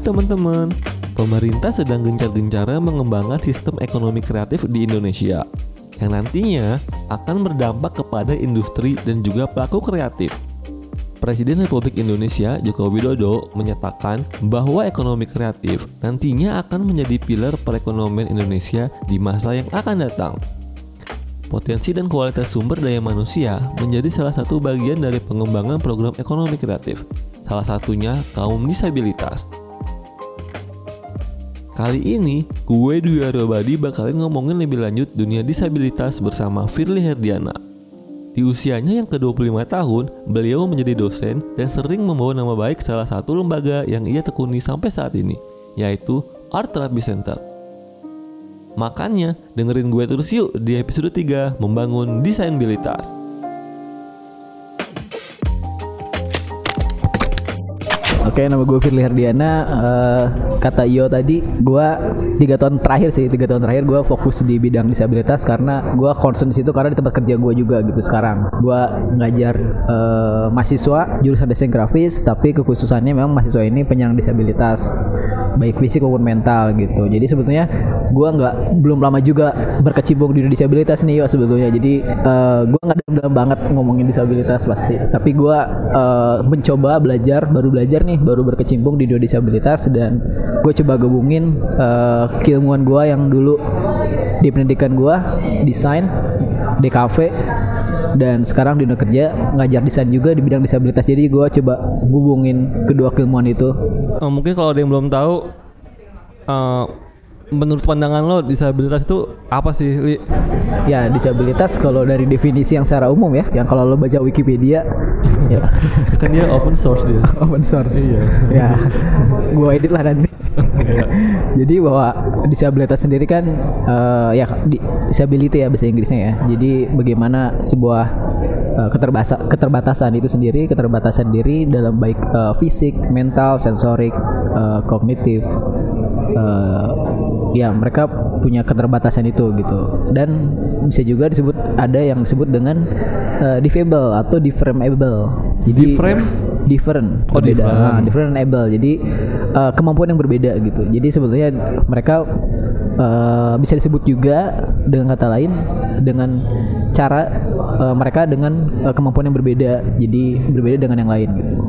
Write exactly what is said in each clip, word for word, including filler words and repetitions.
teman-teman, pemerintah sedang gencar-gencarnya mengembangkan sistem ekonomi kreatif di Indonesia yang nantinya akan berdampak kepada industri dan juga pelaku kreatif. Presiden Republik Indonesia Joko Widodo menyatakan bahwa ekonomi kreatif nantinya akan menjadi pilar perekonomian Indonesia di masa yang akan datang. Potensi dan kualitas sumber daya manusia menjadi salah satu bagian dari pengembangan program ekonomi kreatif, salah satunya kaum disabilitas. Kali ini, gue Dwi Aryobadi bakalin ngomongin lebih lanjut dunia disabilitas bersama Firly Herdiana. Di usianya yang ke dua puluh lima tahun, beliau menjadi dosen dan sering membawa nama baik salah satu lembaga yang ia tekuni sampai saat ini, yaitu Art Therapy Center. Makanya, dengerin gue terus yuk di episode tiga, Membangun Desainabilitas. Oke, nama gue Firly Herdiana. Uh, kata Iyo tadi, gue tiga tahun terakhir sih, tiga tahun terakhir gue fokus di bidang disabilitas karena gue concern di situ karena di tempat kerja gue juga gitu sekarang. Gue ngajar uh, mahasiswa jurusan desain grafis, tapi kekhususannya memang mahasiswa ini penyandang disabilitas, baik fisik maupun mental gitu. Jadi sebetulnya gue nggak belum lama juga berkecimpung di disabilitas nih, Yo, sebetulnya. Jadi uh, gue nggak dalam-dalam banget ngomongin disabilitas pasti, tapi gue uh, mencoba belajar, baru belajar nih. Baru berkecimpung di dunia disabilitas dan gue coba gabungin uh, keilmuan gue yang dulu di pendidikan gue desain D K V dan sekarang di dunia kerja ngajar desain juga di bidang disabilitas. Jadi gue coba hubungin kedua keilmuan itu. Oh, mungkin kalau ada yang belum tahu, uh, menurut pandangan lo disabilitas itu apa sih, Li? Ya, disabilitas kalau dari definisi yang secara umum ya, yang kalau lo baca Wikipedia ya. Kan dia open source dia. Open source. Iya. Ya. Gua edit lah nanti. Jadi bahwa disabilitas sendiri kan uh, ya disability ya bahasa Inggrisnya ya. Jadi bagaimana sebuah uh, keterbatasan keterbatasan itu sendiri, keterbatasan diri dalam baik uh, fisik, mental, sensorik, uh, kognitif. Uh, ya mereka punya keterbatasan itu gitu, dan bisa juga disebut ada yang disebut dengan uh, difable atau differentable. Jadi different different oh, berbeda, different. Nah, differentable. Jadi uh, kemampuan yang berbeda gitu. Jadi sebetulnya mereka uh, bisa disebut juga dengan kata lain dengan cara uh, mereka dengan uh, kemampuan yang berbeda. Jadi berbeda dengan yang lain gitu.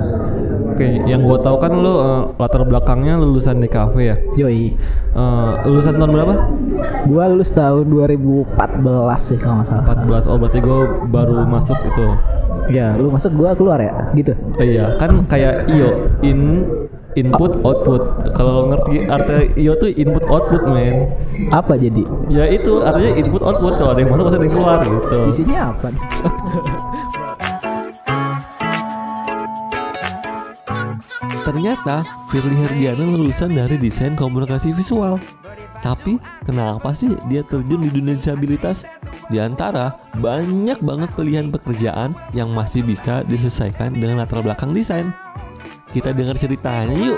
Oke, yang gue tahu kan lo uh, latar belakangnya lulusan D K V ya. Yoi. Uh, lulusan tahun berapa? Gua lulus tahun dua ribu empat belas sih kalau nggak salah. empat belas. Oh, berarti gue baru masuk itu. Ya, lu masuk gua keluar ya, gitu. Eh, iya, kan kayak Iyo in input output. Kalau ngerti arti Iyo tuh input output, men. Apa jadi? Ya itu artinya input output. Kalau ada yang masuk pasti ada yang keluar gitu. Isinya apa? Ternyata Firly Herdiana lulusan dari desain komunikasi visual. Tapi kenapa sih dia terjun di dunia disabilitas? Di antara banyak banget pilihan pekerjaan yang masih bisa diselesaikan dengan latar belakang desain. Kita dengar ceritanya yuk.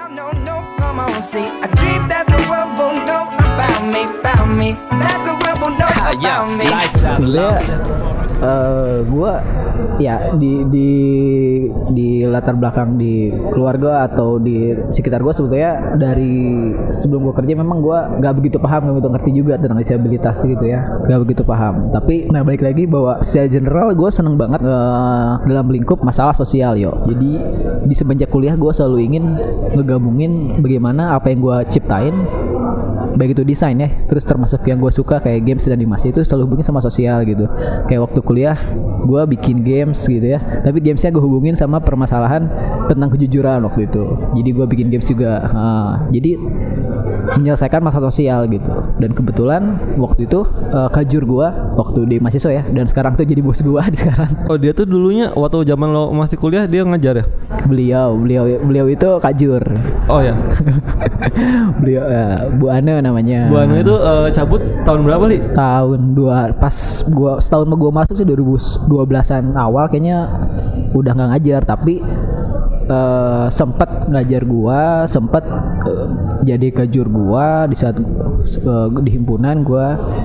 Sebenarnya uh, gue ya di di di latar belakang di keluarga atau di sekitar gue sebetulnya dari sebelum gue kerja memang gue nggak begitu paham, nggak begitu ngerti juga tentang disabilitas gitu ya, nggak begitu paham. Tapi nah balik lagi bahwa secara general gue seneng banget uh, dalam lingkup masalah sosial yo. Jadi di semenjak kuliah gue selalu ingin ngegabungin bagaimana apa yang gue ciptain, baik itu desain ya, terus termasuk yang gue suka kayak games dan animasi itu selalu hubungin sama sosial gitu. Kayak waktu kuliah gue bikin games gitu ya, tapi gamesnya gue hubungin sama permasalahan tentang kejujuran waktu itu. Jadi gue bikin games juga, uh, jadi menyelesaikan masalah sosial gitu. Dan kebetulan waktu itu uh, kajur gue waktu di mahasiswa ya, dan sekarang tuh jadi bos gue di sekarang. Oh, dia tuh dulunya waktu zaman lo masih kuliah dia ngajar ya? Beliau, beliau, beliau itu kajur. Oh ya. Beliau uh, Bu Ana namanya. Bu Ana itu uh, cabut tahun berapa Li? Tahun dua pas gua setahun gua masuk sih dua ribu dua belasan awal kayaknya udah nggak ngajar, tapi uh, sempat ngajar gua, sempat uh, jadi kajur gua di saat uh, di himpunan gua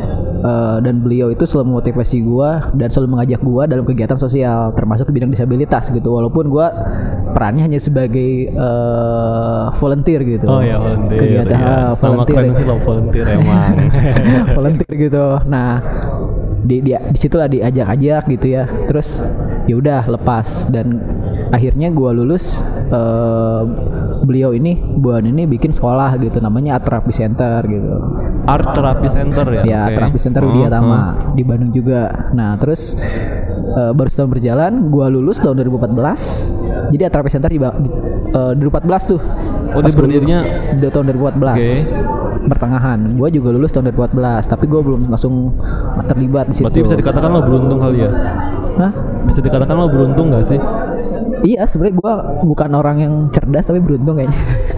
uh, dan beliau itu selalu memotivasi gue dan selalu mengajak gue dalam kegiatan sosial termasuk di bidang disabilitas gitu, walaupun gue perannya hanya sebagai uh, volunteer gitu. Oh ya volunteer. Kegiatan ya. uh, volunteer. Nama keren sih lo volunteer emang. Volunteer gitu. Nah di di di situlah diajak-ajak gitu ya, terus ya udah lepas dan akhirnya gue lulus. Uh, beliau ini buan ini bikin sekolah gitu namanya Art Therapy Center gitu. Art Therapy Center ya. Ya, okay. Therapy Center Widya Tama uh, uh. di Bandung juga. Nah terus uh, baru setahun berjalan, gue lulus tahun dua ribu empat belas. Jadi Art Therapy Center di, uh, dua ribu empat belas tuh. Oh dia berdirinya di tahun dua ribu empat belas. Okay. Pertengahan. Gue juga lulus tahun dua ribu empat belas, tapi gue belum langsung terlibat di situ. Berarti bisa dikatakan lo beruntung kali ya? Hah? Bisa dikatakan lo beruntung gak sih? Iya, sebenarnya gue bukan orang yang cerdas tapi beruntung kayaknya.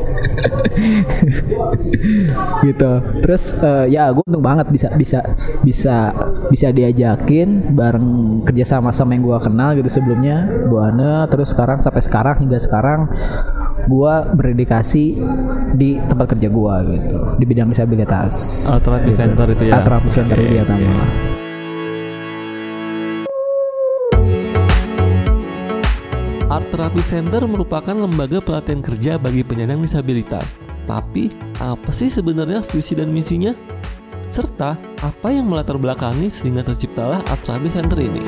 Gitu. Terus uh, ya gue untung banget bisa bisa bisa bisa diajakin bareng kerja sama sama yang gue kenal gitu sebelumnya, Bu Ana. Terus sekarang sampai sekarang hingga sekarang gue berdedikasi di tempat kerja gue gitu di bidang disabilitas. Art Therapy gitu. Center itu ya. Art Therapy Center Widya Tama. Yeah. Art Therapy Center merupakan lembaga pelatihan kerja bagi penyandang disabilitas. Tapi, apa sih sebenarnya visi dan misinya? Serta, apa yang melatar belakangi sehingga terciptalah Art Therapy Center ini?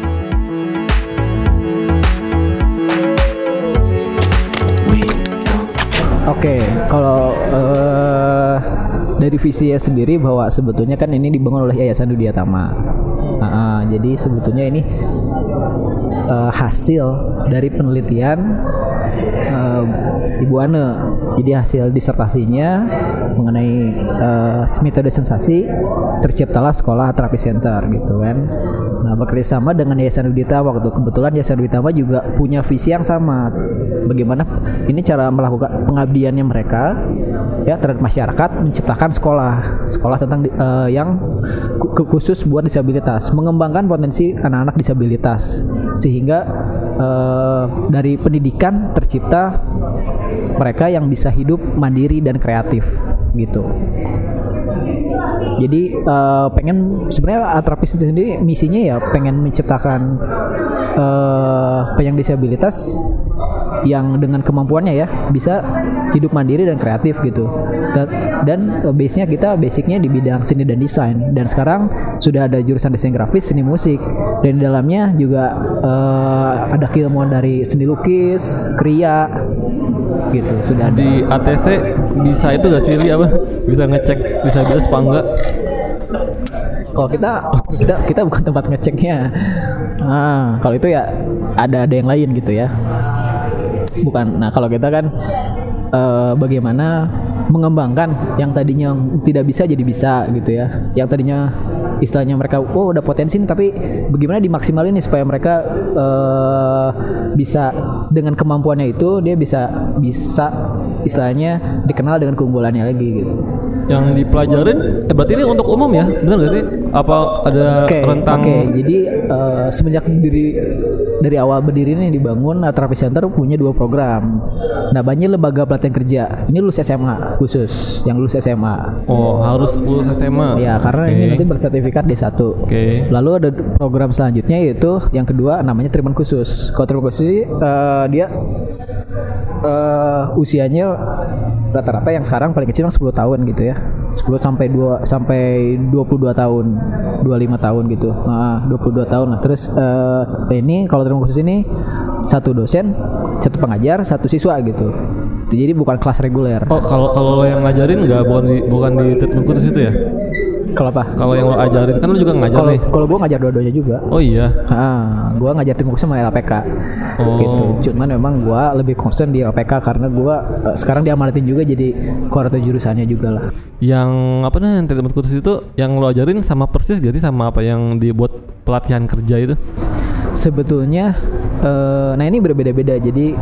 Oke, okay, kalau uh, dari visinya sendiri bahwa sebetulnya kan ini dibangun oleh Yayasan Widya Tama. Uh, uh, jadi sebetulnya ini uh, hasil dari penelitian uh, Ibu Ana. Jadi hasil disertasinya mengenai uh, metode sensasi terciptalah sekolah Therapy Center gitu kan. Nah bekerjasama dengan Yayasan Widya Tama waktu kebetulan Yayasan Widya Tama juga punya visi yang sama. Bagaimana ini cara melakukan pengabdiannya mereka ya terhadap masyarakat, menciptakan sekolah sekolah tentang uh, yang khusus buat disabilitas, mengembangkan potensi anak-anak disabilitas sehingga uh, dari pendidikan tercipta mereka yang bisa hidup mandiri dan kreatif gitu. Jadi uh, pengen sebenarnya Art Therapy sendiri misinya ya pengen menciptakan uh, penyandang disabilitas yang dengan kemampuannya ya bisa hidup mandiri dan kreatif gitu. Dan, dan base-nya kita basicnya di bidang seni dan desain, dan sekarang sudah ada jurusan desain grafis, seni musik, dan di dalamnya juga uh, ada keilmuan dari seni lukis, kriya gitu sudah ada. Di A T C bisa itu gak sih apa bisa ngecek disabilitas apa enggak? Kalau kita kita kita bukan tempat ngeceknya. Nah, kalau itu ya ada ada yang lain gitu ya. Bukan. Nah, kalau kita kan uh, bagaimana mengembangkan yang tadinya tidak bisa jadi bisa gitu ya. Yang tadinya istilahnya mereka oh udah potensi nih, tapi bagaimana dimaksimalin nih supaya mereka uh, bisa dengan kemampuannya itu dia bisa bisa istilahnya dikenal dengan keunggulannya lagi gitu. Yang dipelajarin eh, berarti ini untuk umum ya, benar gak sih? Apa ada okay, rentang? Oke, okay. Jadi uh, semenjak diri dari awal berdiri ini dibangun Art Therapy Center punya dua program. Namanya lembaga pelatihan kerja. Ini lulus S M A khusus, yang lulus S M A. Oh, harus lulus S M A. Ya, karena okay. Ini nanti bersertifikat D satu. Oke. Okay. Lalu ada program selanjutnya yaitu yang kedua namanya treatment khusus. Kalau treatment khusus ini uh, dia uh, usianya rata-rata yang sekarang paling kecil sepuluh tahun gitu ya. sepuluh sampai dua sampai dua puluh dua tahun, dua puluh lima tahun gitu. Nah, dua puluh dua tahun lah. Terus uh, ini kalau treatment khusus ini satu dosen, satu pengajar, satu siswa gitu. Jadi bukan kelas reguler. Oh, kalau kalau lo yang ngajarin nggak bukan di bukan di treatment khusus itu ya? Kalau apa? Kalau yang lo ajarin kan lo juga ngajar kalo, nih. Kalau gue ngajar dua-duanya juga. Oh iya. Ah, gue ngajar tim khusus sama L P K. Oh. Gitu. Cuman memang gue lebih concern di L P K karena gue uh, sekarang diamanatin juga jadi koordinator jurusannya juga lah. Yang apa nih yang treatment khusus itu yang lo ajarin sama persis jadi sama apa yang dibuat pelatihan kerja itu? Sebetulnya uh, nah ini berbeda-beda. Jadi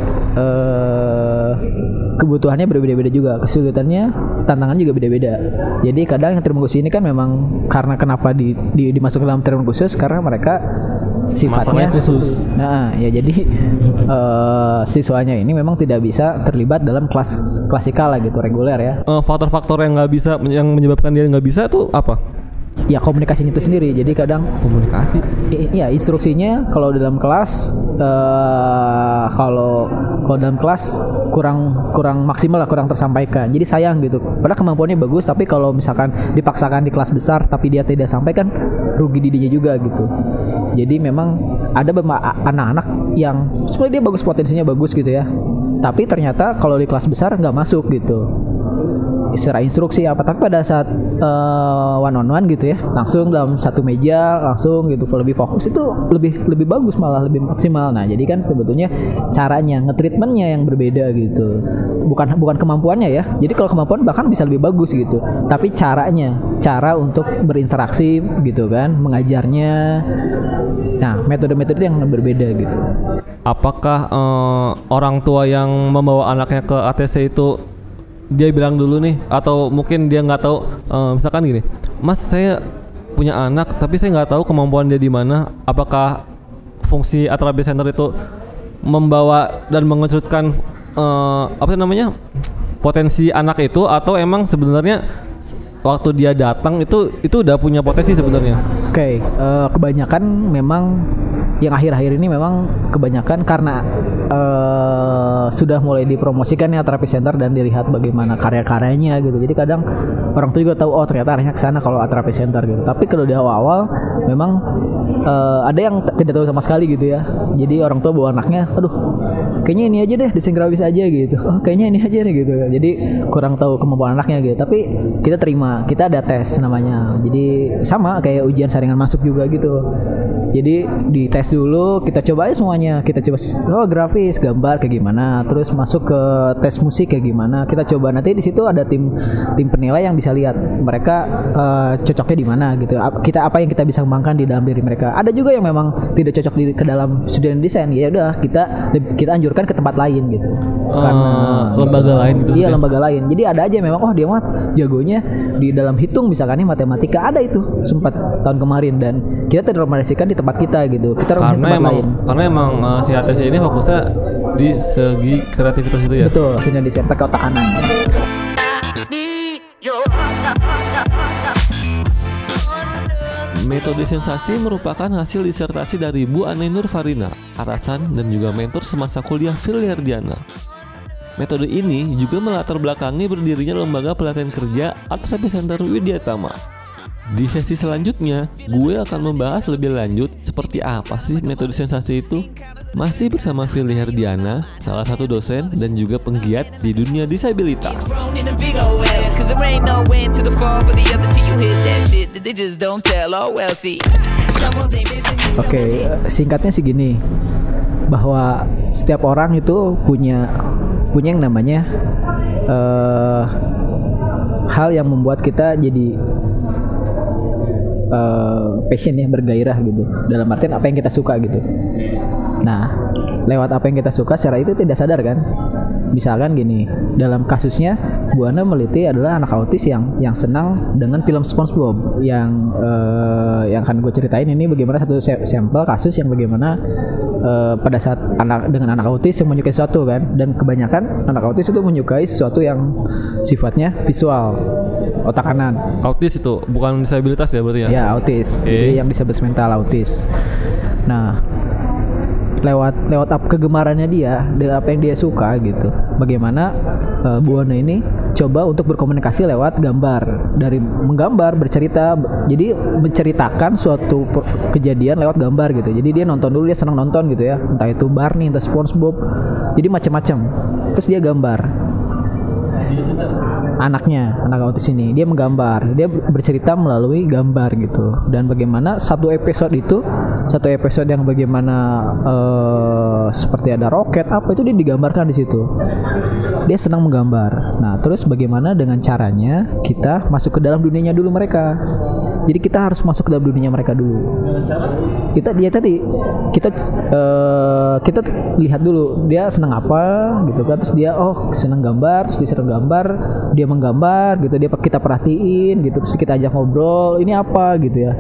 uh, kebutuhannya berbeda-beda juga, kesulitannya, tantangan juga beda-beda. Jadi kadang yang treatment khusus ini kan memang karena kenapa di, di dimasuk dalam treatment khusus karena mereka sifatnya masalahnya khusus. Nah, ya jadi uh, siswanya ini memang tidak bisa terlibat dalam kelas klasikal lah gitu, reguler ya. Uh, faktor-faktor yang nggak bisa, yang menyebabkan dia nggak bisa tuh apa? ya komunikasinya itu sendiri. Jadi kadang Komunikasi. i- iya instruksinya kalau dalam kelas eh, kalau kalau dalam kelas kurang kurang maksimal lah, kurang tersampaikan. Jadi sayang gitu. Padahal kemampuannya bagus, tapi kalau misalkan dipaksakan di kelas besar tapi dia tidak sampaikan, rugi dirinya juga gitu. Jadi memang ada beberapa a- anak-anak yang sebenarnya dia bagus, potensinya bagus gitu ya. Tapi ternyata kalau di kelas besar nggak masuk gitu. Secara instruksi apa, tapi pada saat uh, one on one gitu ya, langsung dalam satu meja langsung gitu lebih fokus, itu lebih lebih bagus, malah lebih maksimal. Nah jadi kan sebetulnya caranya ngetreatmentnya yang berbeda gitu, bukan bukan kemampuannya ya. Jadi kalau kemampuan bahkan bisa lebih bagus gitu, tapi caranya, cara untuk berinteraksi gitu kan, mengajarnya, nah metode-metode yang berbeda gitu. Apakah eh, orang tua yang membawa anaknya ke A T C itu dia bilang dulu nih, atau mungkin dia nggak tahu, uh, misalkan gini, Mas saya punya anak tapi saya nggak tahu kemampuan dia di mana. Apakah fungsi Atrapi Center itu membawa dan mengerucutkan uh, apa namanya potensi anak itu, atau emang sebenarnya waktu dia datang itu itu udah punya potensi sebenarnya? Oke, okay, uh, kebanyakan memang yang akhir-akhir ini memang kebanyakan karena uh, sudah mulai dipromosikan ya Terapi Center dan dilihat bagaimana karya-karyanya gitu. Jadi kadang orang tua juga tahu, oh ternyata arahnya ke sana kalau Terapi Center gitu. Tapi kalau di awal-awal memang uh, ada yang t- tidak tahu sama sekali gitu ya. Jadi orang tua bawa anaknya, aduh kayaknya ini aja deh, di Singrawis aja gitu. Oh kayaknya ini aja nih gitu. Jadi kurang tahu kemampuan anaknya gitu. Tapi kita terima, kita ada tes namanya. Jadi sama kayak ujian saringan masuk juga gitu. Jadi di tes dulu, kita coba aja semuanya. Kita coba oh grafis, gambar kayak gimana, terus masuk ke tes musik kayak gimana. Kita coba, nanti di situ ada tim tim penilai yang bisa lihat mereka uh, cocoknya di mana gitu. Kita apa yang kita bisa kembangkan di dalam diri mereka. Ada juga yang memang tidak cocok di ke dalam studio desain. Ya udah, kita kita anjurkan ke tempat lain gitu. Uh, Karena lembaga lain gitu. Iya, ya? lembaga lain. Jadi ada aja memang, oh dia mah jagonya di dalam hitung misalkan nih, matematika, ada itu sempat tahun kemarin, dan kita terrekomendasikan di tempat kita gitu. Kita karena emang lain. karena emang uh, si A T C ini fokusnya di segi kreativitas itu ya. Betul, sini di pakai otak kanan. Metode sensasi merupakan hasil disertasi dari Bu Ane Nur Farina, arasan dan juga mentor semasa kuliah Filiardiana. Metode ini juga melatar belakangi berdirinya lembaga pelatihan kerja Atrapi Center Widyatama. Di sesi selanjutnya, gue akan membahas lebih lanjut seperti apa sih metode sensasi itu. Masih bersama Filiardiana, salah satu dosen dan juga penggiat di dunia disabilitas. Oke, singkatnya sih gini, bahwa setiap orang itu punya punya yang namanya uh, hal yang membuat kita jadi uh, passion ya, bergairah gitu. Dalam artian apa yang kita suka gitu. Nah, lewat apa yang kita suka secara itu tidak sadar kan. Misalkan gini, dalam kasusnya Bu Ana meliti adalah anak autis yang yang senang dengan film SpongeBob. Yang uh, yang akan gue ceritain ini bagaimana satu sampel kasus yang bagaimana uh, pada saat anak dengan anak autis yang menyukai sesuatu kan, dan kebanyakan anak autis itu menyukai sesuatu yang sifatnya visual, otak kanan. Autis itu bukan disabilitas ya berarti ya? Ya, autis. Okay. Jadi yang disabilitas mental, autis. Nah, lewat lewat apa kegemarannya dia, dari apa yang dia suka gitu. Bagaimana uh, Bu Ana ini coba untuk berkomunikasi lewat gambar, dari menggambar, bercerita, jadi menceritakan suatu kejadian lewat gambar gitu. Jadi dia nonton dulu, dia senang nonton gitu ya, entah itu Barney, entah SpongeBob, jadi macam-macam. Terus dia gambar. Anaknya, anak autis ini, dia menggambar, dia bercerita melalui gambar gitu. Dan bagaimana satu episode itu, satu episode yang bagaimana uh, seperti ada roket apa itu dia digambarkan di situ. Dia senang menggambar. Nah, terus bagaimana dengan caranya kita masuk ke dalam dunianya dulu mereka. Jadi kita harus masuk ke dalam dunia mereka dulu. Kita dia tadi kita uh, kita lihat dulu dia senang apa gitu kan. Terus dia oh senang gambar, terus dia senang gambar, dia menggambar gitu, dia kita perhatiin gitu, terus kita ajak ngobrol, ini apa gitu ya.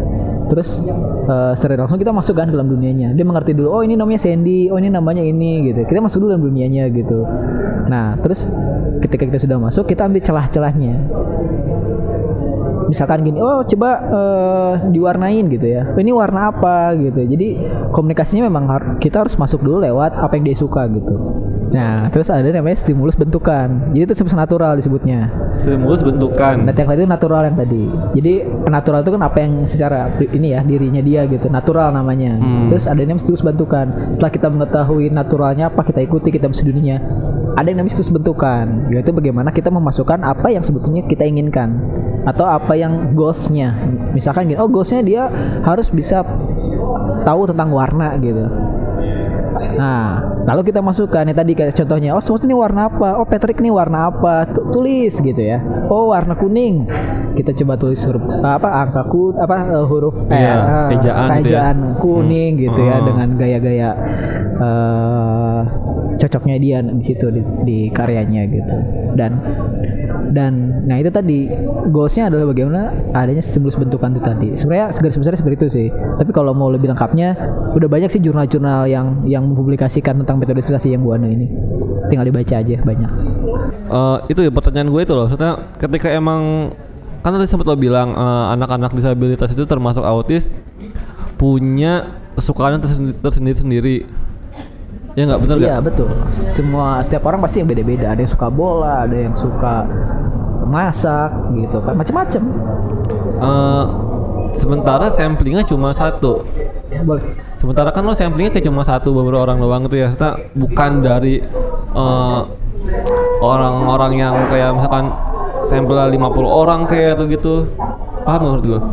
Terus uh, secara langsung kita masuk kan ke dalam dunianya. Dia mengerti dulu, oh ini namanya Sandy, oh ini namanya ini gitu. Kita masuk dulu dalam dunianya gitu. Nah, terus ketika kita sudah masuk, kita ambil celah-celahnya. Misalkan gini, oh coba uh, diwarnain gitu ya. Ini warna apa gitu. Jadi komunikasinya memang har- kita harus masuk dulu lewat apa yang dia suka gitu. Nah, terus ada namanya stimulus bentukan. Jadi itu stimulus natural disebutnya. Stimulus bentukan. Nah, yang tadi itu natural yang tadi. Jadi natural itu kan apa yang secara ini ya dirinya dia gitu. Natural namanya. Hmm. Terus ada yang namanya stimulus bentukan. Setelah kita mengetahui naturalnya apa, kita ikuti, kita bersedunia. Ada yang namanya stimulus bentukan. Yaitu bagaimana kita memasukkan apa yang sebetulnya kita inginkan atau apa yang goalsnya. Misalkan gini, oh goalsnya dia harus bisa tahu tentang warna gitu. Nah, lalu kita masukkan ya tadi kayak contohnya, oh semua ini warna apa? Oh Patrick ini warna apa? Tulis gitu ya. Oh warna kuning. Kita coba tulis huruf apa angka ku apa uh, huruf eh iya, uh, ejaan gitu ya. kuning hmm. gitu ya oh. dengan gaya-gaya uh, cocoknya dia di situ di, di karyanya gitu. Dan dan nah itu tadi goalsnya adalah bagaimana adanya stimulus bentukan itu tadi. Sebenarnya segaris besarnya seperti itu sih. Tapi kalau mau lebih lengkapnya, udah banyak sih jurnal-jurnal yang yang mempublikasikan tentang metodisasi yang Buana ini. Tinggal dibaca aja banyak. Uh, itu ya pertanyaan gue itu loh. Maksudnya ketika emang kan tadi sempat lo bilang uh, anak-anak disabilitas itu termasuk autis punya kesukaan tersendiri-sendiri. Ya nggak benar nggak? Iya betul. Semua setiap orang pasti yang beda-beda. Ada yang suka bola, ada yang suka masak, gitu kan, macam-macam. Uh, sementara samplingnya cuma satu. Ya, boleh. Sementara kan lo samplingnya kayak cuma satu beberapa orang doang gitu ya. Serta bukan dari uh, orang-orang yang kayak misalkan sampel lima puluh orang kayak atau gitu. Paham menurut gue?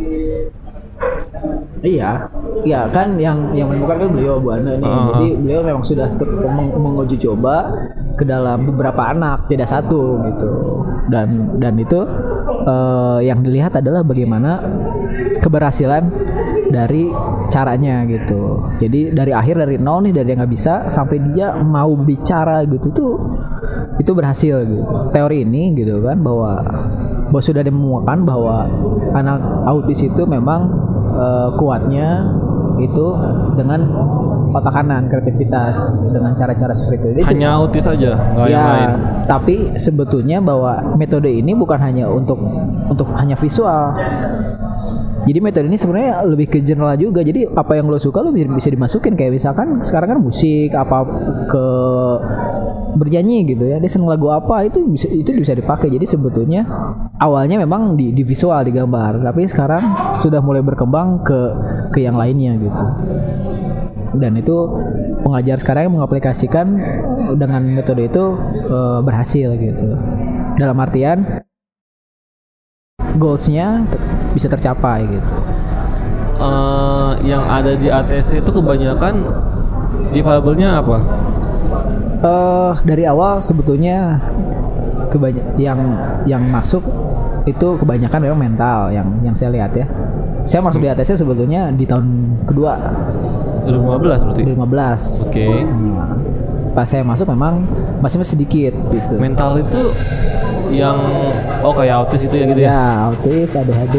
Iya, iya kan yang yang menemukan kan beliau Buana nih. Uh. Jadi beliau memang sudah ter- meng- menguji coba ke dalam beberapa anak, tidak satu gitu. Dan dan itu uh, yang dilihat adalah bagaimana keberhasilan dari caranya gitu. Jadi dari akhir dari nol nih, dari yang nggak bisa sampai dia mau bicara gitu tuh itu berhasil gitu. Teori ini gitu kan bahwa bahwa sudah dimuatkan bahwa anak autis itu memang Uh, kuatnya itu dengan otak kanan, kreativitas dengan cara-cara seperti itu. Jadi hanya se- autis aja, nggak ya, yang lain. Tapi sebetulnya bahwa metode ini bukan hanya untuk untuk hanya visual. Jadi metode ini sebenarnya lebih ke general juga. Jadi apa yang lo suka lo bisa dimasukin, kayak misalkan sekarang kan musik apa ke bernyanyi gitu ya. Dia seneng lagu apa itu bisa itu bisa dipakai. Jadi sebetulnya awalnya memang di, di visual, di gambar, tapi sekarang sudah mulai berkembang ke ke yang lainnya gitu. Dan itu pengajar sekarang yang mengaplikasikan dengan metode itu e, berhasil gitu. Dalam artian goalsnya bisa tercapai gitu. Uh, yang ada di A T C itu kebanyakan difabelnya apa? Uh, dari awal sebetulnya kebanyak yang yang masuk itu kebanyakan memang mental yang yang saya lihat ya. Saya masuk di A T C sebetulnya di tahun kedua. dua ribu lima belas berarti? dua ribu lima belas. Oke. Okay. Nah, pas saya masuk memang masih sedikit gitu. Mental itu yang oh kayak autis itu ya gitu ya? Ya, autis, A D H D,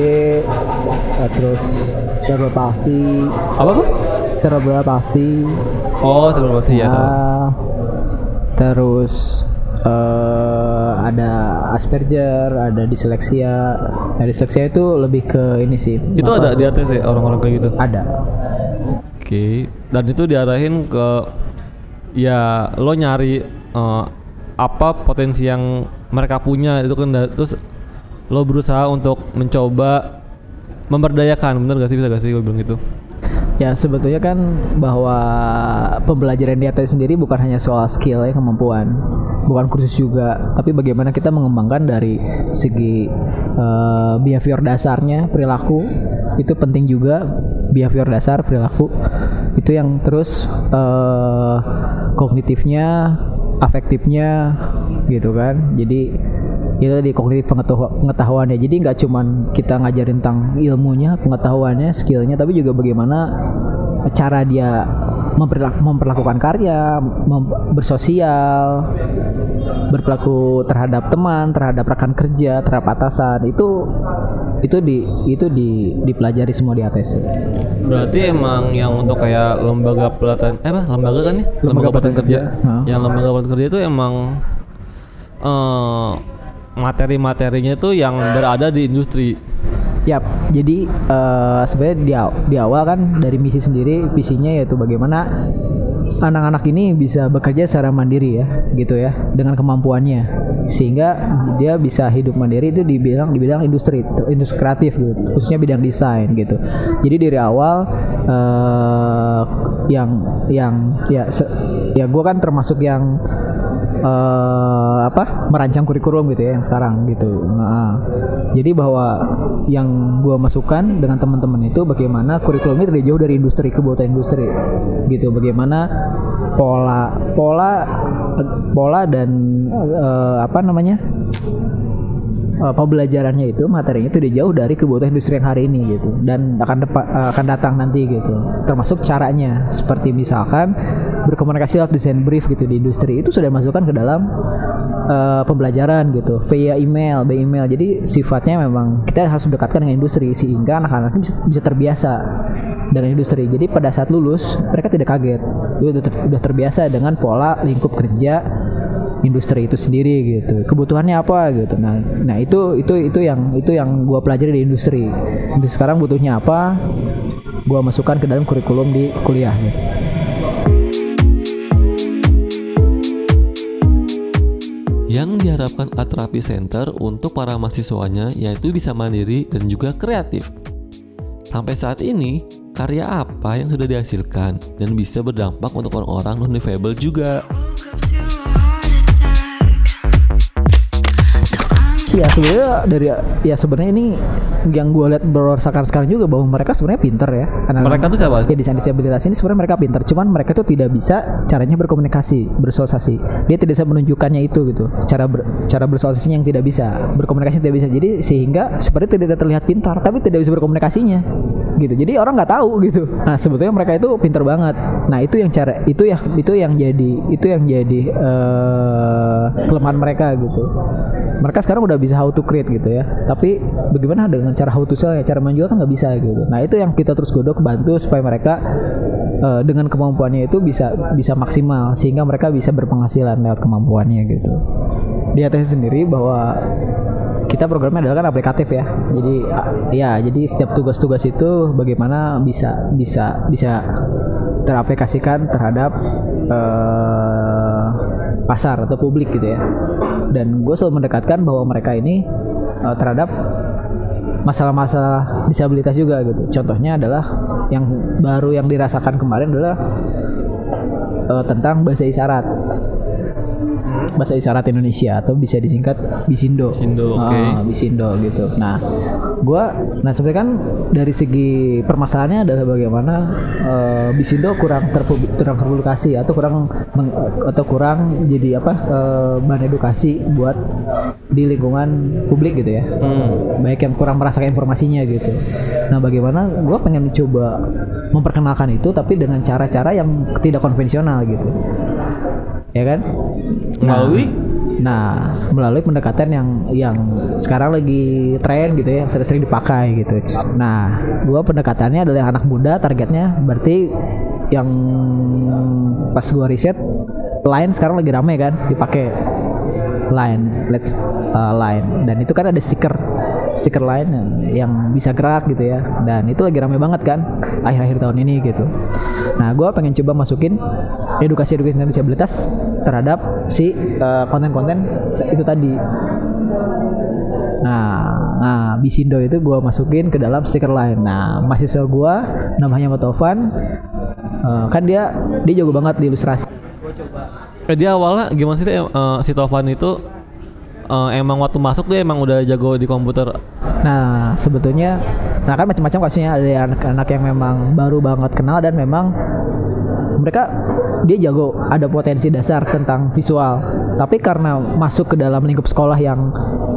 terus cerebral palsy. Apa tuh? Cerebral palsy. Oh, cerebral palsy ya. Nah, terus uh, ada Asperger, ada disleksia. Nah, disleksia itu lebih ke ini sih. Itu ada di atas ya orang-orang kayak gitu? Ada. Oke. Okay. Dan itu diarahin ke ya lo nyari uh, apa potensi yang mereka punya itu kan, terus lo berusaha untuk mencoba memberdayakan, bener gak sih, bisa gak sih gue bilang gitu? Ya sebetulnya kan bahwa pembelajaran di atas sendiri bukan hanya soal skill ya, kemampuan, bukan kursus juga, tapi bagaimana kita mengembangkan dari segi uh, behavior dasarnya, perilaku itu penting juga, behavior dasar perilaku itu yang terus uh, kognitifnya, afektifnya gitu kan. Jadi itu di kognitif pengetahuan, pengetahuannya. Jadi nggak cuman kita ngajarin tentang ilmunya, pengetahuannya, skillnya, tapi juga bagaimana cara dia memperlaku, memperlakukan karya, mem- bersosial, berperilaku terhadap teman, terhadap rekan kerja, terhadap atasan, itu itu di itu di dipelajari semua di A T S. Berarti emang yang untuk kayak lembaga pelatihan eh apa lembaga kan ya? Lembaga, lembaga pelatihan kerja. kerja. Huh? Yang lembaga pelatihan kerja itu emang uh, materi-materinya tuh yang berada di industri. Yap, jadi uh, sebenarnya di, aw- di awal kan dari misi sendiri, visinya yaitu bagaimana anak-anak ini bisa bekerja secara mandiri ya, gitu ya, dengan kemampuannya, sehingga dia bisa hidup mandiri itu di bidang di bidang industri, industri kreatif gitu, khususnya bidang desain gitu. Jadi dari awal uh, yang yang ya se- ya gue kan termasuk yang uh, apa merancang kurikulum gitu ya yang sekarang gitu. Nah, jadi bahwa yang gue masukkan dengan teman-teman itu bagaimana kurikulum ini tidak jauh dari industri, kebutuhan industri gitu, bagaimana pola pola pola dan uh, apa namanya uh, pembelajarannya itu, materinya itu tidak jauh dari kebutuhan industri yang hari ini gitu, dan akan depa, uh, akan datang nanti gitu, termasuk caranya seperti misalkan berkomunikasi lewat desain brief gitu di industri, itu sudah masukkan ke dalam uh, pembelajaran gitu via email, by email. Jadi sifatnya memang kita harus mendekatkan dengan industri sehingga anak-anak bisa, bisa terbiasa dengan industri. Jadi pada saat lulus mereka tidak kaget, udah, ter, udah terbiasa dengan pola lingkup kerja industri itu sendiri gitu. Kebutuhannya apa gitu. Nah, nah itu itu itu yang itu yang gua pelajari di industri. Jadi sekarang butuhnya apa? Gua masukkan ke dalam kurikulum di kuliah gitu. Yang diharapkan Atrapi Center untuk para mahasiswanya yaitu bisa mandiri dan juga kreatif. Sampai saat ini, karya apa yang sudah dihasilkan dan bisa berdampak untuk orang-orang non-difabel juga? Ya sebenarnya dari ya sebenarnya ini yang gue lihat berdasarkan sekarang juga bahwa mereka sebenarnya pinter ya. Anak-anak mereka tuh siapa? Ya desain disabilitas ini sebenarnya mereka pinter, cuman mereka tuh tidak bisa caranya berkomunikasi, bersosialisasi. Dia tidak bisa menunjukkannya itu gitu. Cara ber, cara bersosialisasinya yang tidak bisa, berkomunikasi tidak bisa. Jadi sehingga seperti tidak terlihat pintar, tapi tidak bisa berkomunikasinya gitu. Jadi orang nggak tahu gitu. Nah sebetulnya mereka itu pinter banget. Nah itu yang cara itu ya itu yang jadi itu yang jadi uh, kelemahan mereka gitu. Mereka sekarang udah bisa how to create gitu ya, tapi bagaimana dengan cara how to sell ya, cara menjual kan nggak bisa gitu. Nah itu yang kita terus godok, bantu supaya mereka uh, dengan kemampuannya itu bisa bisa maksimal sehingga mereka bisa berpenghasilan lewat kemampuannya gitu. Di A T S sendiri bahwa kita programnya adalah kan aplikatif ya, jadi ya jadi setiap tugas-tugas itu bagaimana bisa bisa bisa teraplikasikan terhadap uh, pasar atau publik gitu ya. Dan gue selalu mendekatkan bahwa mereka ini uh, terhadap masalah-masalah disabilitas juga gitu. Contohnya adalah yang baru yang dirasakan kemarin adalah uh, tentang bahasa isyarat. Bahasa isyarat Indonesia atau bisa disingkat Bisindo. Bisindo, oke. Okay. Uh, Bisindo gitu. Nah, gua nah sebenarnya kan dari segi permasalahannya adalah bagaimana uh, Bisindo kurang terpublik, kurang terpublikasi atau kurang meng, atau kurang jadi apa uh, bahan edukasi buat di lingkungan publik gitu ya. Hmm. Baik yang kurang merasakan informasinya gitu. Nah, bagaimana gua pengen mencoba memperkenalkan itu tapi dengan cara-cara yang tidak konvensional gitu. Ya kan? Melalui nah, nah melalui pendekatan yang yang sekarang lagi tren gitu ya, sering-sering dipakai gitu. Nah, gua pendekatannya adalah yang anak muda, targetnya berarti yang pas gua riset Line sekarang lagi rame kan dipakai. Line, let's uh, Line, dan itu kan ada stiker stiker Line yang bisa gerak gitu ya, dan itu lagi rame banget kan akhir-akhir tahun ini gitu. Nah, gue pengen coba masukin edukasi-edukasi tentang disabilitas terhadap si uh, konten-konten itu tadi. Nah, nah Bisindo itu gue masukin ke dalam stiker Line. Nah, mahasiswa gue namanya Matovan, uh, kan dia dia jago banget di ilustrasi. Gue coba. Eh dia awalnya gimana sih uh, si Tovan itu uh, emang waktu masuk dia emang udah jago di komputer? Nah sebetulnya, nah kan macam-macam kasusnya, ada anak-anak yang memang baru banget kenal dan memang mereka dia jago, ada potensi dasar tentang visual, tapi karena masuk ke dalam lingkup sekolah yang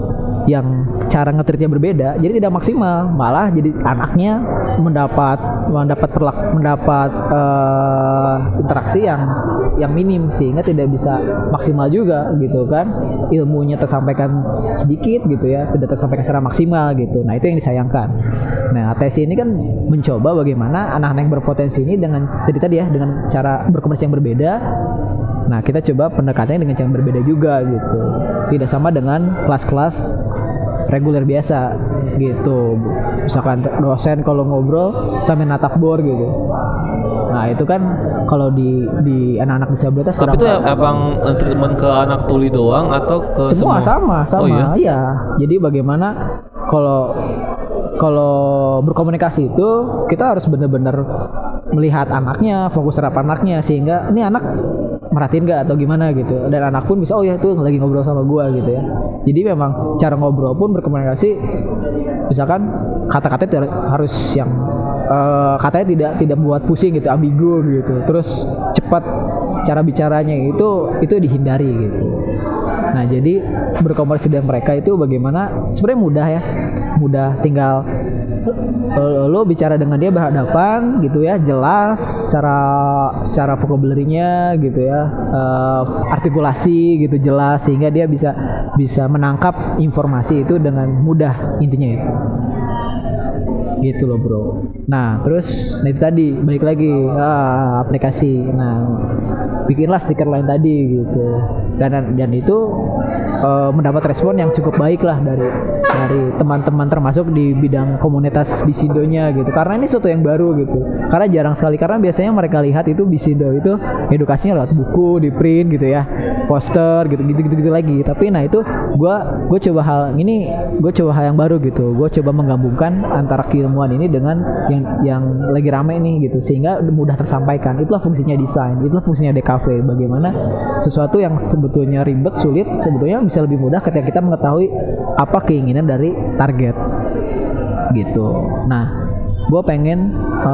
yang cara ngetritnya berbeda, jadi tidak maksimal, malah jadi anaknya mendapat mendapat perlak mendapat uh, interaksi yang yang minim sehingga tidak bisa maksimal juga gitu kan, ilmunya tersampaikan sedikit gitu ya, tidak tersampaikan secara maksimal gitu. Nah itu yang disayangkan. Nah A T S I ini kan mencoba bagaimana anak-anak yang berpotensi ini dengan tadi tadi ya dengan cara berkomunikasi yang berbeda. Nah kita coba pendekatannya dengan cara yang berbeda juga gitu, tidak sama dengan kelas-kelas reguler biasa gitu. Misalkan dosen kalau ngobrol sambil natap bor gitu. Nah itu kan kalau di di anak-anak disabilitas. Tapi itu emang treatment ke anak tuli doang atau ke semua? Semua sama sama. Oh, iya? Iya. Jadi bagaimana kalau kalau berkomunikasi itu kita harus benar-benar melihat anaknya, fokus terhadap anaknya sehingga ini anak merhatiin gak atau gimana gitu, dan anak pun bisa oh ya itu lagi ngobrol sama gua gitu ya. Jadi memang cara ngobrol pun berkomunikasi, misalkan kata-kata harus yang uh, katanya tidak tidak buat pusing gitu, ambigu gitu, terus cepat cara bicaranya itu itu dihindari gitu. Nah jadi berkomunikasi dengan mereka itu bagaimana sebenarnya mudah ya, mudah, tinggal lo, lo bicara dengan dia berhadapan gitu ya, jelas secara secara vocabulary-nya gitu ya, uh, artikulasi gitu jelas sehingga dia bisa bisa menangkap informasi itu dengan mudah, intinya itu gitu loh bro. Nah terus nah itu tadi balik lagi ah, aplikasi, nah bikinlah stiker lain tadi gitu, dan dan itu uh, mendapat respon yang cukup baik lah dari dari teman-teman termasuk di bidang komunitas Bisidonya gitu, karena ini sesuatu yang baru gitu, karena jarang sekali, karena biasanya mereka lihat itu Bisido itu edukasinya lewat buku di print gitu ya, poster gitu gitu gitu, gitu lagi. Tapi nah itu gue gue coba hal ini, gue coba hal yang baru gitu, gue coba menggabungkan antara keilmuan ini dengan yang yang lagi rame nih gitu, sehingga mudah tersampaikan. Itulah fungsinya desain, itulah fungsinya D K V, bagaimana sesuatu yang sebetulnya ribet, sulit, sebetulnya bisa lebih mudah ketika kita mengetahui apa keinginan dari target gitu. Nah gue pengen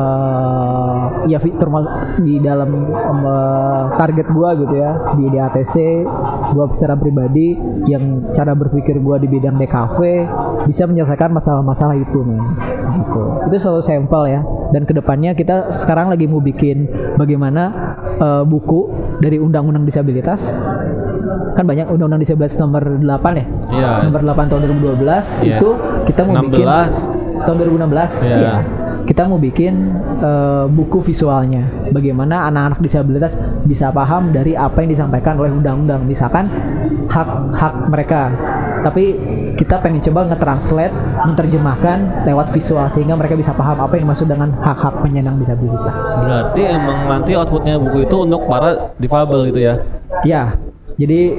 uh, ya termasuk di dalam uh, target gue gitu ya, di, di A T C gue secara pribadi yang cara berpikir gue di bidang D K V bisa menyelesaikan masalah-masalah itu men gitu. Itu selalu sampel ya, dan kedepannya kita sekarang lagi mau bikin bagaimana uh, buku dari undang-undang disabilitas, kan banyak undang-undang disabilitas nomor delapan ya, yeah. nomor delapan tahun dua ribu dua belas, yeah. Itu kita mau enam belas bikin tahun dua ribu enam belas yeah. Ya kita mau bikin uh, buku visualnya, bagaimana anak-anak disabilitas bisa paham dari apa yang disampaikan oleh undang-undang, misalkan hak-hak mereka, tapi kita pengen coba nge-translate, menerjemahkan lewat visual sehingga mereka bisa paham apa yang dimaksud dengan hak-hak penyandang disabilitas. Berarti emang nanti outputnya buku itu untuk para difabel gitu ya? Ya. Jadi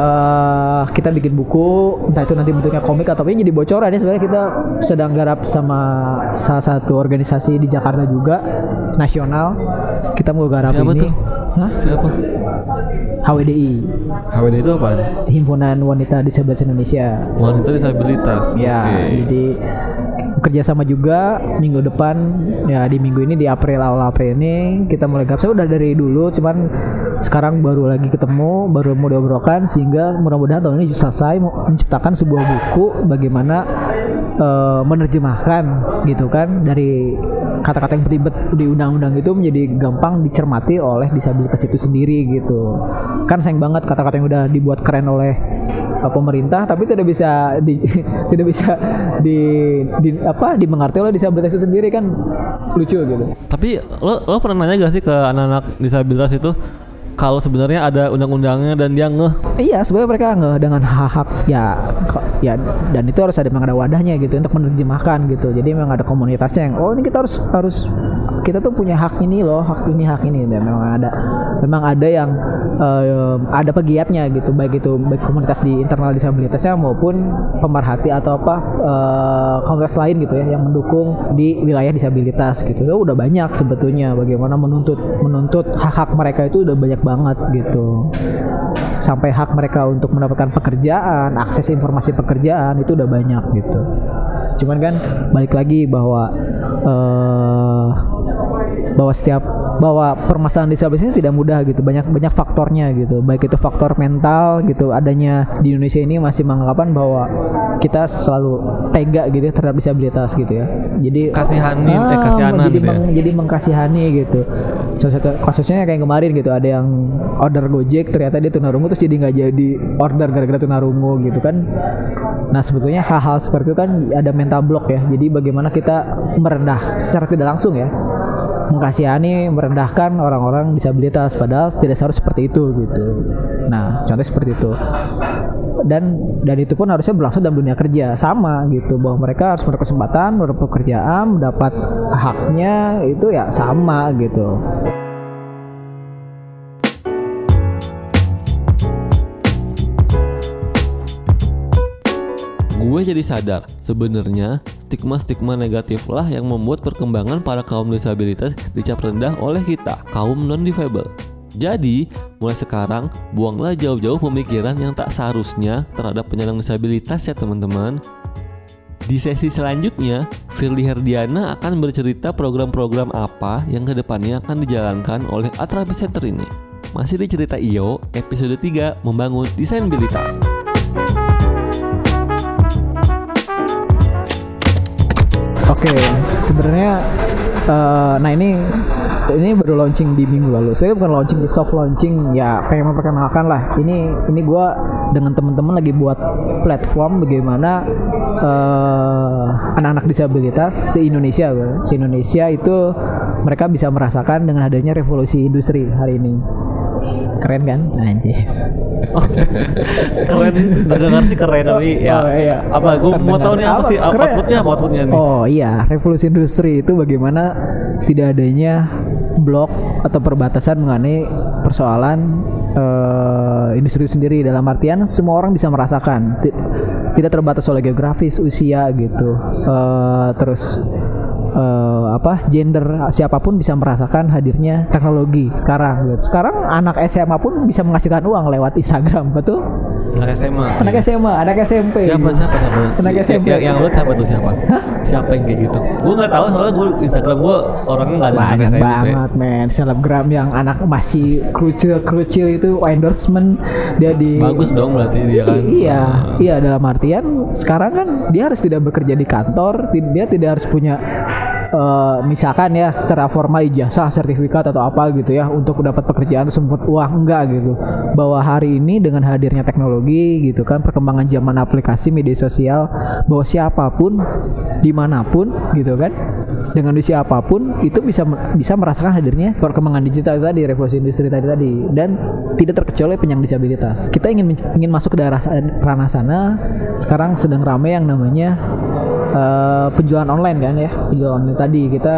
uh, kita bikin buku, entah itu nanti bentuknya komik atau apa, jadi bocoran ya. Sebenarnya kita sedang garap sama salah satu organisasi di Jakarta juga, nasional. Kita mau garap Siapa ini. Tuh? Hah? Siapa? H W D I. H W D I itu apa? Himpunan Wanita Disabilitas Indonesia. Wanita Disabilitas. Ya, okay. Jadi bekerja sama juga minggu depan ya, di minggu ini di April, awal April ini kita mulai garap. Saya udah dari dulu, cuman sekarang baru lagi ketemu, baru mau diobrolkan, sehingga mudah-mudahan tahun ini selesai menciptakan sebuah buku bagaimana uh, menerjemahkan gitu kan, dari kata-kata yang beribet di undang-undang itu menjadi gampang dicermati oleh disabilitas itu sendiri gitu. Kan sayang banget kata-kata yang udah dibuat keren oleh uh, pemerintah tapi tidak bisa di, tidak bisa di, di apa dimengerti oleh disabilitas itu sendiri, kan lucu gitu. Tapi lo lo pernah nanya gak sih ke anak-anak disabilitas itu kalau sebenarnya ada undang-undangnya dan dia ngeh? Iya, sebenarnya mereka ngeh dengan hak-hak ya, ya, dan itu harus ada, memang ada wadahnya gitu untuk menerjemahkan gitu. Jadi memang ada komunitasnya yang oh ini kita harus harus kita tuh punya hak ini loh, hak ini hak ini, dan memang ada memang ada yang uh, ada pegiatnya gitu, baik itu baik komunitas di internal disabilitasnya maupun pemerhati atau apa uh, komunitas lain gitu ya yang mendukung di wilayah disabilitas gitu. Ya udah banyak sebetulnya bagaimana menuntut menuntut hak-hak mereka itu udah banyak banget gitu, sampai hak mereka untuk mendapatkan pekerjaan, akses informasi pekerjaan itu udah banyak gitu. Cuman kan balik lagi bahwa uh, bahwa setiap bahwa permasalahan disabilitas ini tidak mudah gitu, banyak banyak faktornya gitu, baik itu faktor mental gitu, adanya di Indonesia ini masih menganggapan bahwa kita selalu tega gitu ya terhadap disabilitas gitu ya, jadi kasihani ah, eh kasihanan jadi gitu meng, ya. jadi mengkasihani gitu. Salah satu kasusnya kayak kemarin gitu, ada yang order Gojek ternyata dia tunarungu terus jadi nggak jadi order gara-gara tunarungu gitu kan. Nah sebetulnya hal-hal seperti itu kan ada mental block ya, jadi bagaimana kita merendah secara tidak langsung ya, mengkasihani, merendahkan orang-orang disabilitas, padahal tidak seharusnya seperti itu gitu. Nah contohnya seperti itu, dan dan itu pun harusnya berlangsung dalam dunia kerja sama gitu, bahwa mereka harus mendapat kesempatan, mendapat pekerjaan, mendapat haknya itu ya sama gitu. Gue jadi sadar sebenarnya stigma-stigma negatif lah yang membuat perkembangan para kaum disabilitas dicap rendah oleh kita, kaum non-difabel. Jadi, mulai sekarang buanglah jauh-jauh pemikiran yang tak seharusnya terhadap penyandang disabilitas ya teman-teman. Di sesi selanjutnya, Firly Herdiana akan bercerita program-program apa yang kedepannya akan dijalankan oleh Atrapi Center ini. Masih di Cerita I O, episode tiga, Membangun Disabilitas. Oke, okay, sebenarnya uh, nah ini ini baru launching di minggu lalu. Saya bukan launching, soft launching ya, pengen memperkenalkan lah. Ini ini gue dengan teman-teman lagi buat platform bagaimana uh, anak-anak disabilitas se Indonesia, se Indonesia itu mereka bisa merasakan dengan adanya revolusi industri hari ini. Keren kan? Anjir. Oh, keren, terdengar sih keren tapi ya. Oh, iya. Apa? Gue mau tahu nih apa sih outputnya, apa outputnya nih? Oh iya, revolusi industri itu bagaimana tidak adanya blok atau perbatasan mengenai persoalan uh, industri itu sendiri, dalam artian semua orang bisa merasakan, T- tidak terbatas oleh geografis, usia gitu, uh, terus Uh, apa gender, siapapun bisa merasakan hadirnya teknologi sekarang gitu. Sekarang anak S M A pun bisa menghasilkan uang lewat Instagram, betul? Anak S M A. Anak S M A, anak S M P. Siapa siapa siapa? Anak S M P. Yang, yang lu siapa tuh siapa? Siapa yang kayak gitu? Gue nggak tahu soalnya gue Instagram gue orangnya nggak ada anak banyak S M P. banget men, selebgram yang anak masih krucil-krucil itu endorsement dia di. Bagus dong berarti dia kan. Iya, iya dalam artian sekarang kan dia harus tidak bekerja di kantor, dia tidak harus punya Uh, misalkan ya secara formal ijazah, sertifikat atau apa gitu ya untuk mendapat pekerjaan tersebut, uang enggak gitu. Bahwa hari ini dengan hadirnya teknologi gitu kan, perkembangan zaman aplikasi media sosial, bahwa siapapun dimanapun gitu kan, dengan usia apapun itu bisa bisa merasakan hadirnya perkembangan digital tadi, revolusi industri tadi tadi dan tidak terkecuali penyandang disabilitas. Kita ingin ingin masuk ke daerah ranah sana. Sekarang sedang ramai yang namanya Uh, penjualan online kan ya, penjualan online tadi kita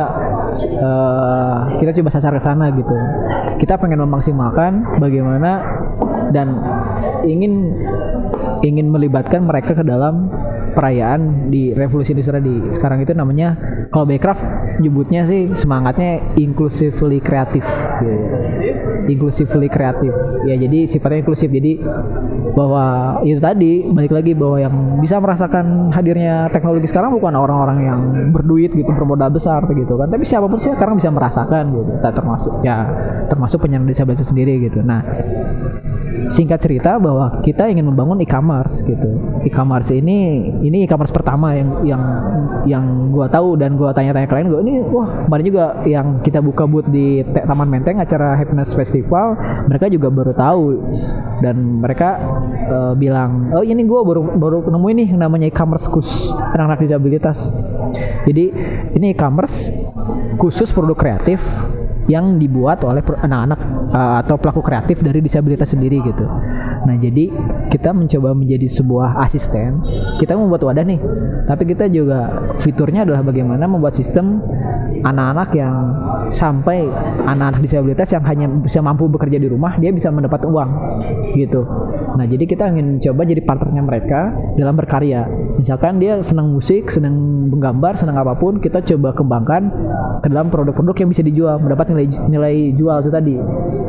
uh, kita coba sasar ke sana gitu. Kita pengen memaksimalkan bagaimana dan ingin ingin melibatkan mereka ke dalam perayaan di revolusi industri tadi. Sekarang itu namanya, kalau Backcraft nyebutnya sih semangatnya inclusively kreatif gitu. Inclusively kreatif ya, jadi sifatnya inklusif, jadi bahwa itu tadi balik lagi bahwa yang bisa merasakan hadirnya teknologi sekarang bukan orang-orang yang berduit gitu, bermodal besar gitu kan, tapi siapapun sih sekarang bisa merasakan gitu, termasuk ya termasuk penyandang disabilitas sendiri gitu. Nah singkat cerita bahwa kita ingin membangun e-commerce gitu. E-commerce ini ini e-commerce pertama yang yang yang gua tahu, dan gua tanya-tanya ke lain, gua ini wah kemarin juga yang kita buka booth di Taman Menteng acara Happiness Festival, mereka juga baru tahu dan mereka uh, bilang, oh ini gua baru baru nemu ini namanya e-commerce khusus anak-anak disabilitas. Jadi ini e-commerce khusus produk kreatif yang dibuat oleh anak-anak uh, atau pelaku kreatif dari disabilitas sendiri gitu. Nah jadi kita mencoba menjadi sebuah asisten. Kita membuat wadah nih, tapi kita juga fiturnya adalah bagaimana membuat sistem anak-anak yang sampai anak-anak disabilitas yang hanya bisa mampu bekerja di rumah, dia bisa mendapat uang gitu. Nah jadi kita ingin coba jadi partnernya mereka dalam berkarya. Misalkan dia senang musik, senang menggambar, senang apapun, kita coba kembangkan ke dalam produk-produk yang bisa dijual, mendapat nilai nilai jual itu tadi.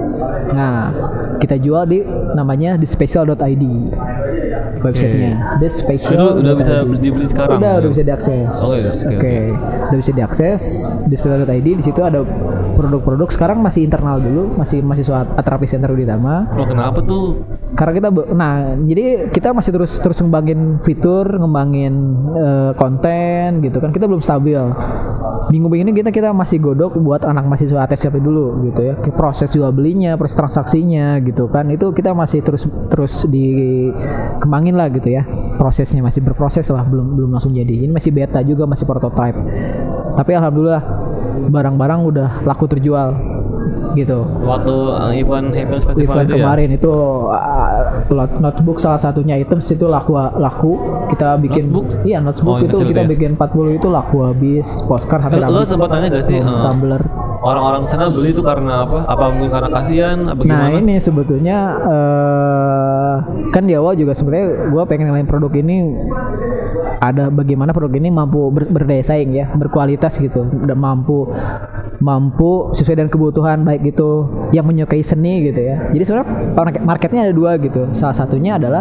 Nah, kita jual di namanya thespecial dot i d websitenya. Okay. thespecial. Itu udah bisa dibeli sekarang. Udah, ya? udah bisa diakses. Oh, iya. Oke, okay. okay. Udah bisa diakses thespecial dot i d. Di situ ada produk-produk. Sekarang masih internal dulu, masih masih suat Atrapi Center Uditama. Oh, kenapa tuh? Karena kita, nah, jadi kita masih terus terus ngembangin fitur, ngembangin uh, konten gitu kan. Kita belum stabil. Minggu-minggu ini kita kita masih godok buat anak mahasiswa A T S C P dulu gitu ya. Proses jual belinya, proses transaksinya gitu kan. Itu kita masih terus terus dikembangin lah gitu ya. Prosesnya masih berproses lah, belum belum langsung jadi. Ini masih beta juga, masih prototype. Tapi alhamdulillah barang-barang udah laku terjual gitu. Waktu uh, event Happiness Festival event itu kemarin ya? itu uh, notebook salah satunya items itu laku laku. Kita bikin notebook? Iya, notebook Oh, itu kita ya? bikin empat puluh itu laku habis, postcard hampir Lo habis. sempat tanya gak sih uh, tumbler. Orang-orang sana beli itu karena apa? Apa mungkin karena kasihan? Apa Nah gimana? ini sebetulnya uh, kan di awal juga sebenarnya gue pengen ngelain produk ini ada bagaimana produk ini mampu ber, berdaya saing ya, berkualitas gitu, dan mampu mampu sesuai dengan kebutuhan baik itu yang menyukai seni gitu ya. Jadi sebenarnya marketnya ada dua gitu. Salah satunya adalah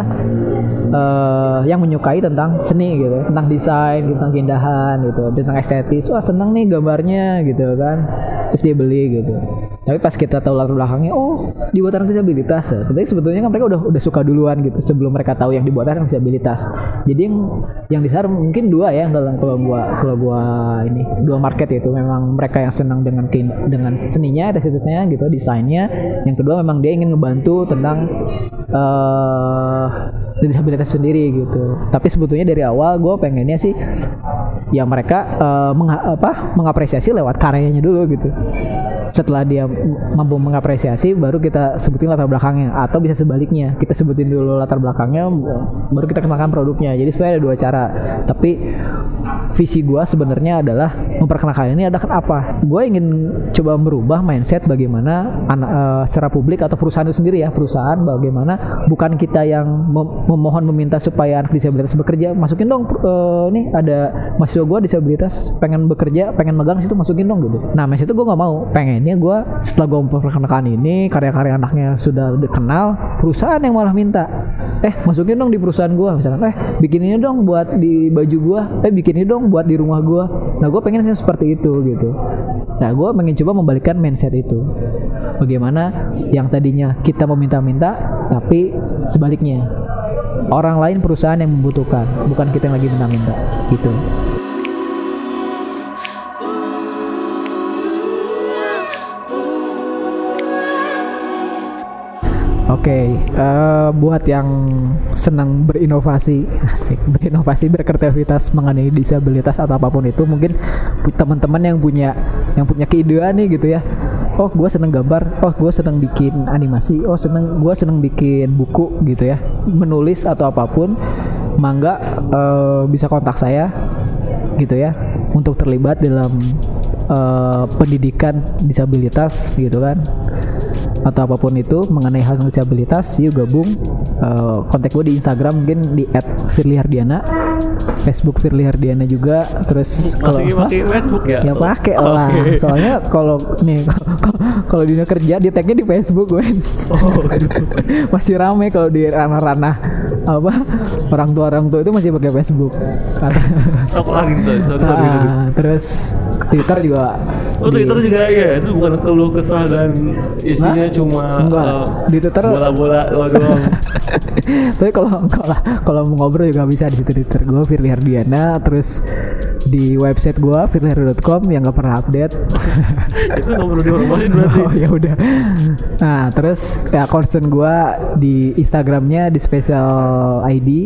uh, yang menyukai tentang seni gitu, tentang desain, tentang keindahan gitu, tentang estetis. Wah seneng nih gambarnya gitu kan. Terus dia beli gitu. Tapi pas kita tahu latar belakangnya, oh dibuat anak disabilitas. Ya. Tapi sebetulnya kan mereka udah udah suka duluan gitu sebelum mereka tahu yang dibuat anak disabilitas. Jadi yang yang di sana mungkin dua ya kalau kalau gua kalau gua ini dua market itu memang mereka yang senang dengan dengan seninya, estetisnya gitu, desainnya. Yang kedua memang dia ingin ngebantu tentang uh, disabilitas sendiri gitu. Tapi sebetulnya dari awal gua pengennya sih ya mereka uh, mengha- apa mengapresiasi lewat karyanya dulu gitu. Setelah dia mampu mengapresiasi baru kita sebutin latar belakangnya, atau bisa sebaliknya kita sebutin dulu latar belakangnya baru kita kenalkan produknya. Jadi sebenarnya ada dua cara, tapi visi gue sebenarnya adalah memperkenalkan ini adalah apa, gue ingin coba merubah mindset bagaimana anak uh, secara publik atau perusahaan itu sendiri ya, perusahaan bagaimana bukan kita yang mem- memohon meminta supaya anak disabilitas bekerja, masukin dong uh, nih ada mahasiswa gue disabilitas pengen bekerja pengen megang situ, masukin dong gitu. Nah mas itu gue nggak mau, pengennya gue setelah gue memperkenalkan ini karya-karya anaknya sudah dikenal, perusahaan yang malah minta eh masukin dong di perusahaan gue, misalnya eh bikin ini dong buat di baju gue, eh bikin ini dong buat di rumah gue. Nah gue pengen seperti itu gitu. Nah gue pengen coba membalikkan mindset itu, bagaimana yang tadinya kita meminta-minta tapi sebaliknya orang lain, perusahaan yang membutuhkan, bukan kita yang lagi minta-minta gitu. Oke, okay, uh, buat yang senang berinovasi, asik, berinovasi, berkreativitas mengenai disabilitas atau apapun itu, mungkin teman-teman yang punya yang punya keidean nih gitu ya. Oh, gue seneng gambar. Oh, gue seneng bikin animasi. Oh, seneng gue seneng bikin buku gitu ya, menulis atau apapun. Mangga uh, bisa kontak saya gitu ya untuk terlibat dalam uh, pendidikan disabilitas gitu kan, atau apapun itu mengenai hal disabilitas. Yuk gabung, uh, kontak gue di Instagram mungkin di et firly hardiana, Facebook Firly Hardiana juga. Terus kalau pakai Facebook ya? Ya pakai lah. Okay. Soalnya kalau nih kalau di dunia kerja di tagnya di Facebook gue. Oh, masih rame kalau di ranah-ranah apa orang tua orang tua itu masih pakai Facebook. Apa lagi tuh? Nah, terus Twitter juga. Oh, di, Twitter juga ya, itu bukan keluh kesah dan isinya nah, cuma uh, di Twitter bola-bola doang. Tapi kalau kalau kalau mau ngobrol juga bisa di situ, di Twitter gue Firly Hardiana, terus di website gue firly hardiana dot com yang gak pernah update. Itu nggak perlu dihormatin berarti. Oh ya udah. Nah terus ya concern gue di Instagramnya di special I D,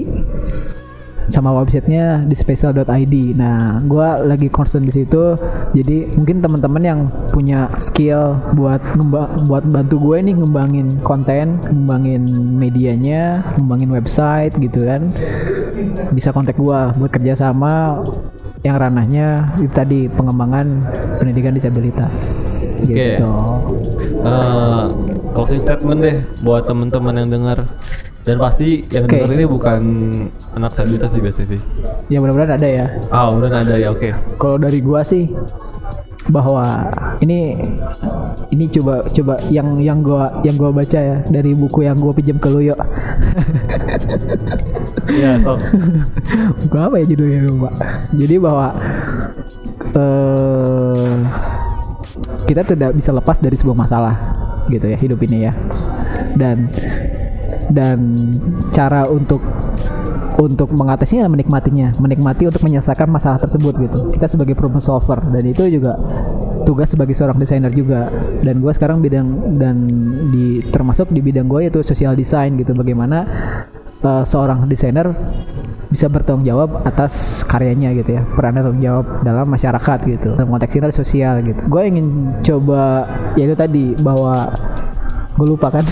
sama websitenya di special dot i d. Nah, gue lagi concern di situ. Jadi mungkin teman-teman yang punya skill buat ngemba- buat bantu gue nih ngembangin konten, ngembangin medianya, ngembangin website gitu kan, bisa kontak gue buat kerjasama yang ranahnya itu tadi pengembangan pendidikan disabilitas. Oke. Okay. Gitu. Uh, closing statement deh buat teman-teman yang dengar. Dan pasti yang okay. denger ini bukan anak disabilitas sih biasanya sih. Ya mudah-mudahan ada ya. Ah, oh, mudah-mudahan ada ya, oke. Okay. Kalau dari gua sih bahwa ini ini coba coba yang yang gua yang gua baca ya dari buku yang gua pinjam ke lu yuk. Iya, so. Buku apa ya judulnya lupa. Jadi bahwa eh, kita tidak bisa lepas dari sebuah masalah gitu ya hidup ini ya. Dan dan cara untuk untuk mengatasinya menikmatinya, menikmati untuk menyelesaikan masalah tersebut gitu. Kita sebagai problem solver dan itu juga tugas sebagai seorang desainer juga. Dan gue sekarang bidang dan di termasuk di bidang gue yaitu social design gitu. Bagaimana uh, seorang desainer bisa bertanggung jawab atas karyanya gitu ya, peran tanggung jawab dalam masyarakat gitu. Dalam konteks ini sosial gitu. Gue ingin coba yaitu tadi bahwa gue lupa kan.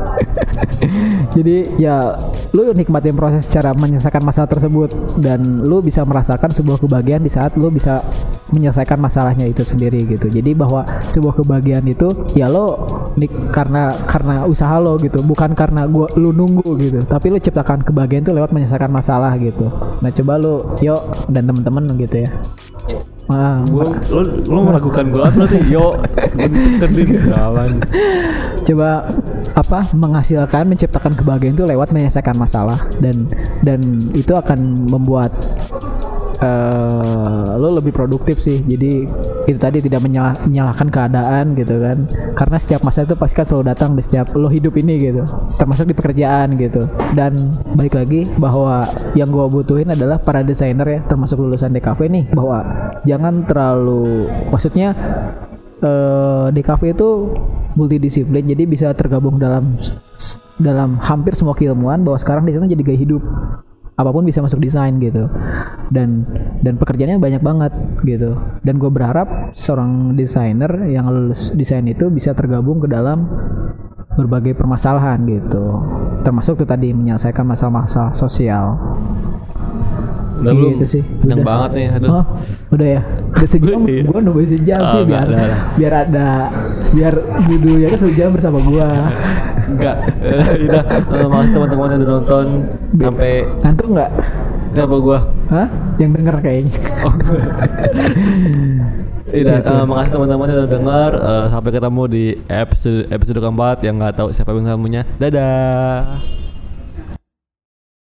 Jadi ya lu nikmatin proses cara menyelesaikan masalah tersebut dan lu bisa merasakan sebuah kebahagiaan di saat lu bisa menyelesaikan masalahnya itu sendiri gitu. Jadi bahwa sebuah kebahagiaan itu ya lo nik karena karena usaha lo gitu, bukan karena gua lu nunggu gitu, tapi lu ciptakan kebahagiaan itu lewat menyelesaikan masalah gitu. Nah coba lu yuk dan teman-teman gitu ya. Ah, gua, lu, lu meragukan gua berarti yo kending jalan. Coba apa menghasilkan menciptakan kebahagiaan itu lewat menyelesaikan masalah dan dan itu akan membuat uh, lo lebih produktif sih. Jadi itu tadi tidak menyalah, menyalahkan keadaan gitu kan, karena setiap masa itu pasti kan selalu datang di setiap lo hidup ini gitu, termasuk di pekerjaan gitu. Dan balik lagi bahwa yang gue butuhin adalah para desainer ya, termasuk lulusan D K V nih, bahwa jangan terlalu, maksudnya uh, D K V itu multidisiplin, jadi bisa tergabung dalam dalam hampir semua keilmuan, bahwa sekarang di sana jadi gaya hidup. Apapun bisa masuk desain gitu, dan dan pekerjaannya banyak banget gitu. Dan gue berharap seorang desainer yang lulus desain itu bisa tergabung ke dalam berbagai permasalahan gitu, termasuk tuh tadi menyelesaikan masalah-masalah sosial. Udah belum? Gitu sih. Kenceng Udah. banget nih. Aduh. Oh, udah ya. Udah sejam. Gue nunggu sejam oh, sih biar enggak, enggak. biar ada biar judulnya kan sejam bersama gue. Enggak. Udah. Uh, makasih teman-teman yang udah nonton sampai. Ngantuk nggak? Kenapa gua? Hah? Yang denger kayaknya. Oh. Tidak. Uh, makasih teman-teman yang udah dengar. Uh, sampai ketemu di episode episode keempat yang nggak tahu siapa yang tamunya. Dadah.